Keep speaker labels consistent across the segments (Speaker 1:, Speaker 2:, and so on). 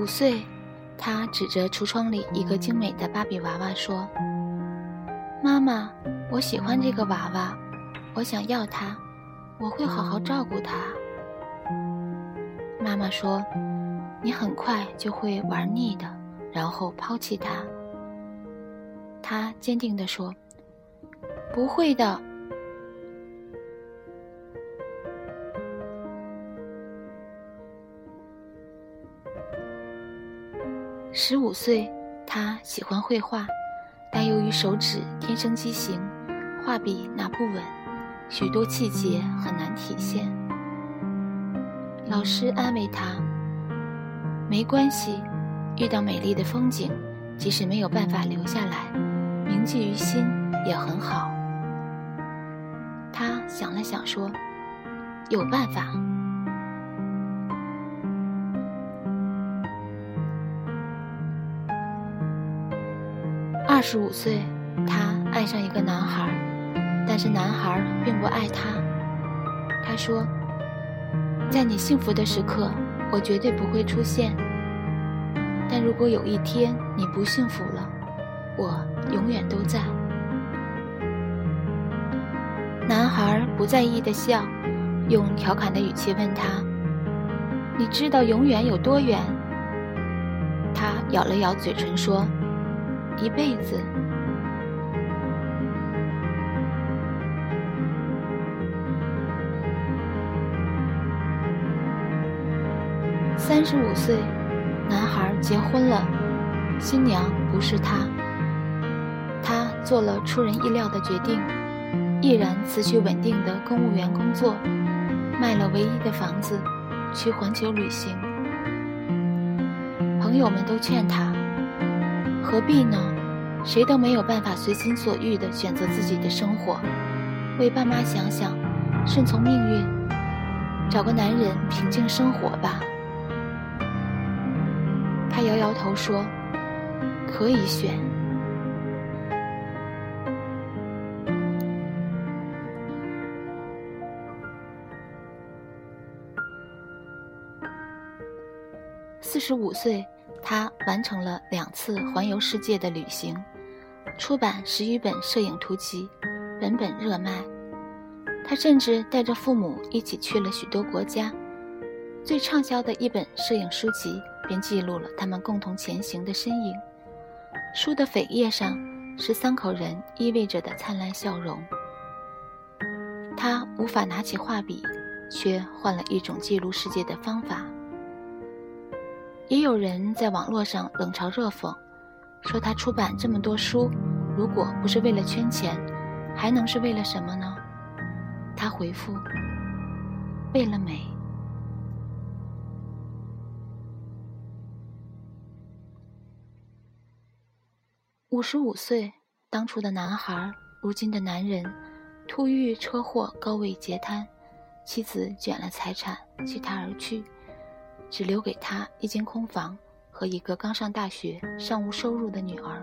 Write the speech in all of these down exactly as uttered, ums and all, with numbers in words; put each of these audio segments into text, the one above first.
Speaker 1: 岁，他指着橱窗里一个精美的芭比娃娃说：妈妈，我喜欢这个娃娃，我想要它，我会好好照顾它。妈妈说：你很快就会玩腻的，然后抛弃它。他坚定地说：不会的。十五岁，他喜欢绘画，但由于手指天生畸形，画笔拿不稳，许多细节很难体现。老师安慰他：没关系，遇到美丽的风景，即使没有办法留下来，铭记于心也很好。他想了想说：有办法。二十五岁，他爱上一个男孩，但是男孩并不爱他。他说：在你幸福的时刻，我绝对不会出现，但如果有一天你不幸福了，我永远都在。男孩不在意地笑，用调侃的语气问他：你知道永远有多远？他咬了咬嘴唇说：一辈子。三十五岁，男孩结婚了，新娘不是他。他做了出人意料的决定，毅然辞去稳定的公务员工作，卖了唯一的房子，去环球旅行。朋友们都劝他：何必呢？谁都没有办法随心所欲地选择自己的生活，为爸妈想想，顺从命运，找个男人平静生活吧。他摇摇头说：可以选。四十五岁，他完成了两次环游世界的旅行，出版十余本摄影图集，本本热卖。他甚至带着父母一起去了许多国家，最畅销的一本摄影书籍便记录了他们共同前行的身影。书的扉页上是三口人依偎着的灿烂笑容。他无法拿起画笔，却换了一种记录世界的方法。也有人在网络上冷嘲热讽，说他出版这么多书，如果不是为了圈钱，还能是为了什么呢？他回复：为了美。五十五岁，当初的男孩，如今的男人，突遇车祸高位截瘫，妻子卷了财产弃他而去，只留给他一间空房和一个刚上大学尚无收入的女儿。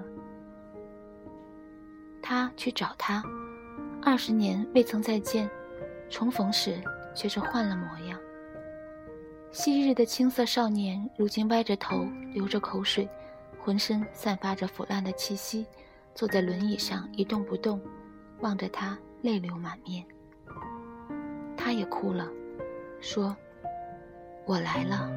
Speaker 1: 他去找她，二十年未曾再见，重逢时却是换了模样。昔日的青涩少年，如今歪着头，流着口水，浑身散发着腐烂的气息，坐在轮椅上一动不动，望着他泪流满面。他也哭了，说：我来了。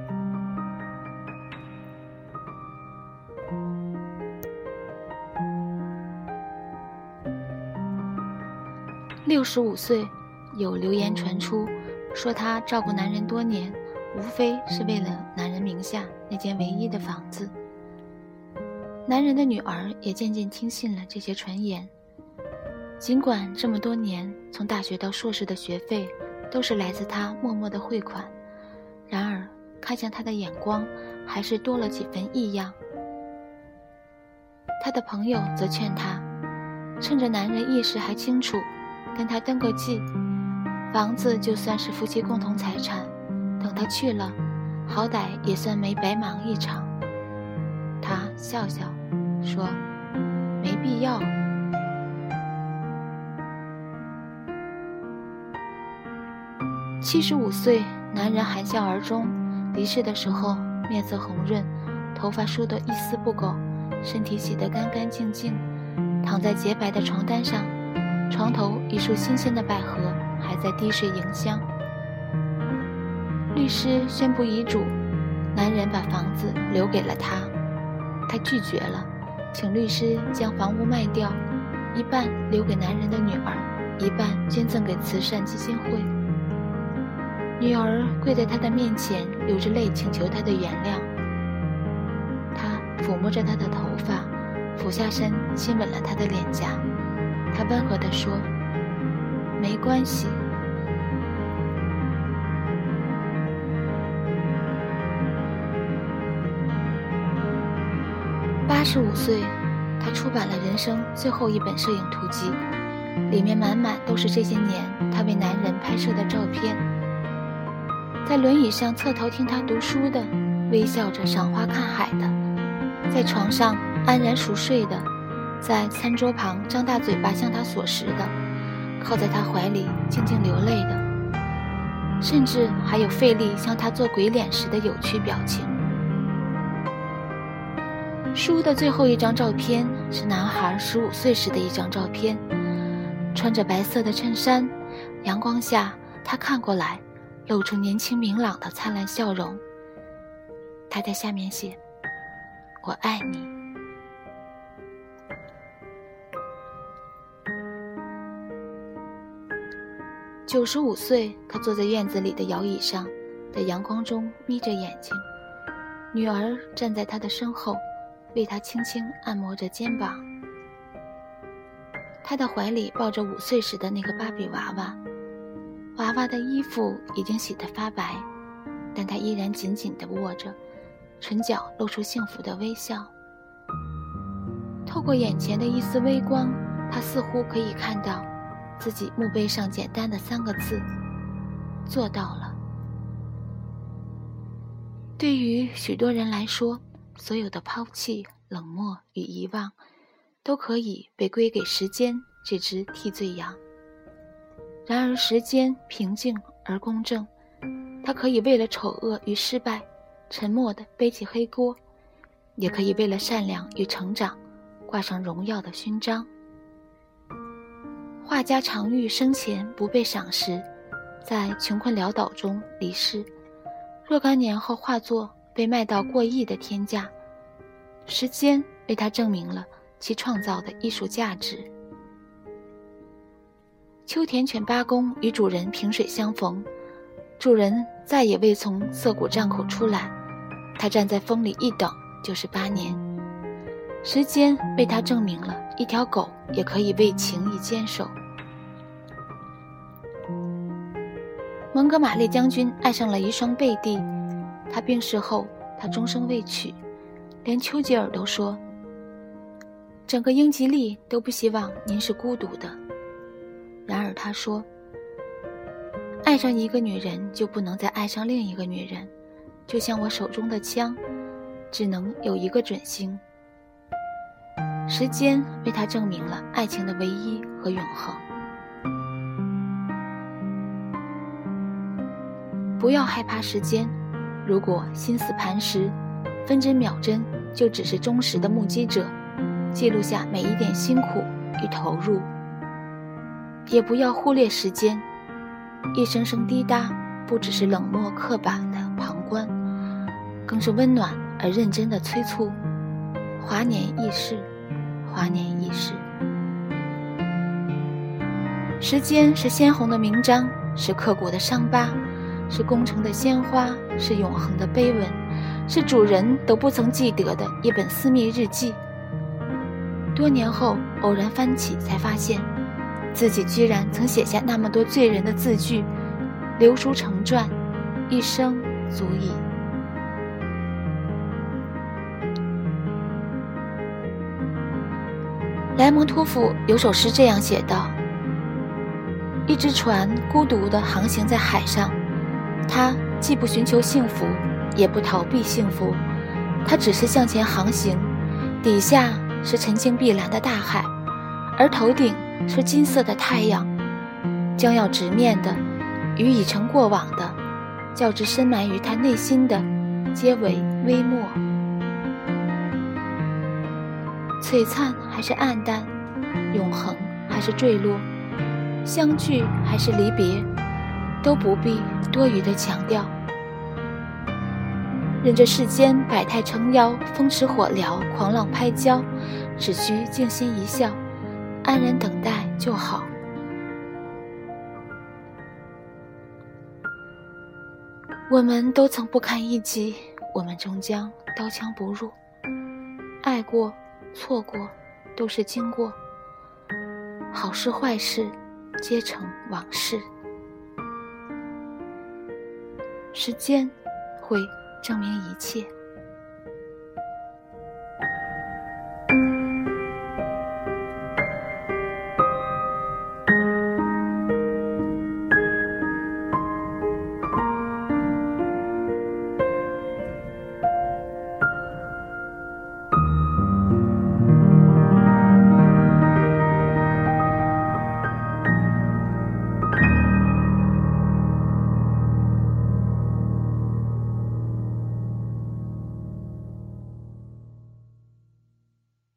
Speaker 1: 六十五岁，有流言传出，说他照顾男人多年，无非是为了男人名下那间唯一的房子。男人的女儿也渐渐听信了这些传言。尽管这么多年，从大学到硕士的学费都是来自他默默的汇款，然而看向他的眼光还是多了几分异样。他的朋友则劝他，趁着男人意识还清楚，跟他登个记，房子就算是夫妻共同财产，等他去了，好歹也算没白忙一场。他笑笑说：没必要。七十五岁，男人含笑而终，离世的时候面色红润， 头发梳得一丝不苟，身体洗得干干净净，躺在洁白的床单上，床头一束新鲜的百合还在滴水迎香。律师宣布遗嘱，男人把房子留给了他，他拒绝了，请律师将房屋卖掉，一半留给男人的女儿，一半捐赠给慈善基金会。女儿跪在他的面前，流着泪请求他的原谅。他抚摸着她的头发，俯下身亲吻了她的脸颊。他温和地说：没关系。八十五岁，他出版了人生最后一本摄影图集，里面满满都是这些年他为男人拍摄的照片。在轮椅上侧头听他读书的，微笑着赏花看海的，在床上安然熟睡的，在餐桌旁张大嘴巴向他索食的，靠在他怀里静静流泪的，甚至还有费力向他做鬼脸时的有趣表情。书的最后一张照片是男孩十五岁时的一张照片，穿着白色的衬衫，阳光下他看过来，露出年轻明朗的灿烂笑容。他在下面写：我爱你。九十五岁，他坐在院子里的摇椅上，在阳光中眯着眼睛，女儿站在他的身后，为他轻轻按摩着肩膀。他的怀里抱着五岁时的那个芭比娃娃，娃娃的衣服已经洗得发白，但他依然紧紧地握着，唇角露出幸福的微笑。透过眼前的一丝微光，他似乎可以看到自己墓碑上简单的三个字：做到了。对于许多人来说，所有的抛弃、冷漠与遗忘都可以被归给时间这只替罪羊。然而时间平静而公正，它可以为了丑恶与失败沉默地背起黑锅，也可以为了善良与成长挂上荣耀的勋章。画家常玉生前不被赏识，在穷困潦倒中离世，若干年后画作被卖到过亿的天价，时间为他证明了其创造的艺术价值。秋田犬八公与主人萍水相逢，主人再也未从涩谷站口出来，他站在风里一等就是八年。时间为他证明了一条狗也可以为情谊坚守。蒙哥马利将军爱上了一双贝蒂，他病逝后他终生未娶，连丘吉尔都说，整个英吉利都不希望您是孤独的。然而他说，爱上一个女人就不能再爱上另一个女人，就像我手中的枪只能有一个准星。时间为他证明了爱情的唯一和永恒。不要害怕时间，如果心思磐石，分针秒针就只是忠实的目击者，记录下每一点辛苦与投入。也不要忽略时间，一声声滴答不只是冷漠刻板的旁观，更是温暖而认真的催促。华年易逝，华年易逝。时间是鲜红的铭章，是刻骨的伤疤，是功成的鲜花，是永恒的碑文，是主人都不曾记得的一本私密日记。多年后偶然翻起，才发现自己居然曾写下那么多醉人的字句，留书成传，一生足矣。莱蒙托夫有首诗这样写道：一只船孤独地航行在海上，它既不寻求幸福，也不逃避幸福，它只是向前航行，底下是沉静碧蓝的大海，而头顶是金色的太阳，将要直面的与已成过往的，较之深埋于他内心的，皆为微末。 璀璨还是暗淡，永恒还是坠落，相聚还是离别，都不必多余的强调。任这世间百态撑腰，风驰火燎，狂浪拍礁，只需静心一笑，安然等待就好。我们都曾不堪一击，我们终将刀枪不入。爱过，错过，都是经过，好事坏事皆成往事。时间会证明一切。